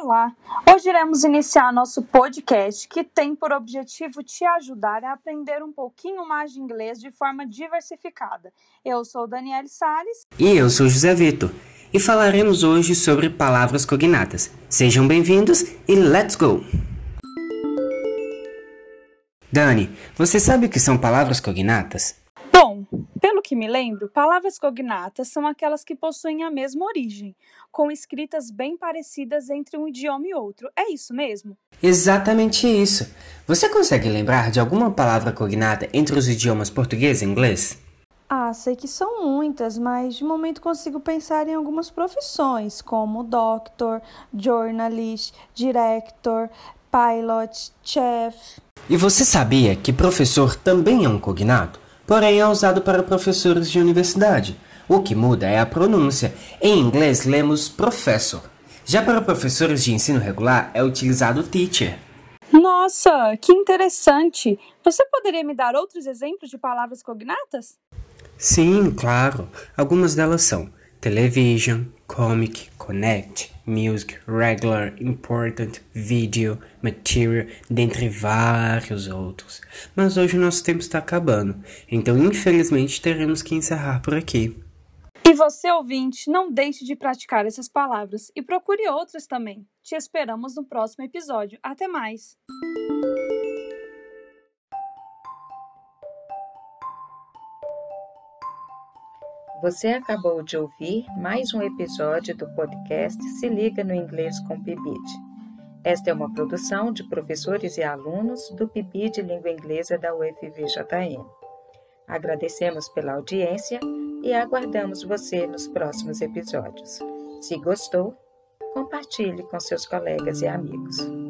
Olá! Hoje iremos iniciar nosso podcast que tem por objetivo te ajudar a aprender um pouquinho mais de inglês de forma diversificada. Eu sou Daniele Salles. E eu sou José Vitor. E falaremos hoje sobre palavras cognatas. Sejam bem-vindos e let's go! Dani, você sabe o que são palavras cognatas? Bom, pelo que me lembro, palavras cognatas são aquelas que possuem a mesma origem, com escritas bem parecidas entre um idioma e outro. É isso mesmo? Exatamente isso. Você consegue lembrar de alguma palavra cognata entre os idiomas português e inglês? Sei que são muitas, mas de momento consigo pensar em algumas profissões, como doctor, journalist, director, pilot, chef. E você sabia que professor também é um cognato? Porém é usado para professores de universidade. O que muda é a pronúncia. Em inglês lemos professor. Já para professores de ensino regular é utilizado teacher. Nossa, que interessante! Você poderia me dar outros exemplos de palavras cognatas? Sim, claro. Algumas delas são television, comic, connect, music, regular, important, video, material, dentre vários outros. Mas hoje o nosso tempo está acabando, então infelizmente teremos que encerrar por aqui. E você, ouvinte, não deixe de praticar essas palavras e procure outras também. Te esperamos no próximo episódio. Até mais! Você acabou de ouvir mais um episódio do podcast Se Liga no Inglês com PIBID. Esta é uma produção de professores e alunos do PIBID Língua Inglesa da UFVJM. Agradecemos pela audiência e aguardamos você nos próximos episódios. Se gostou, compartilhe com seus colegas e amigos.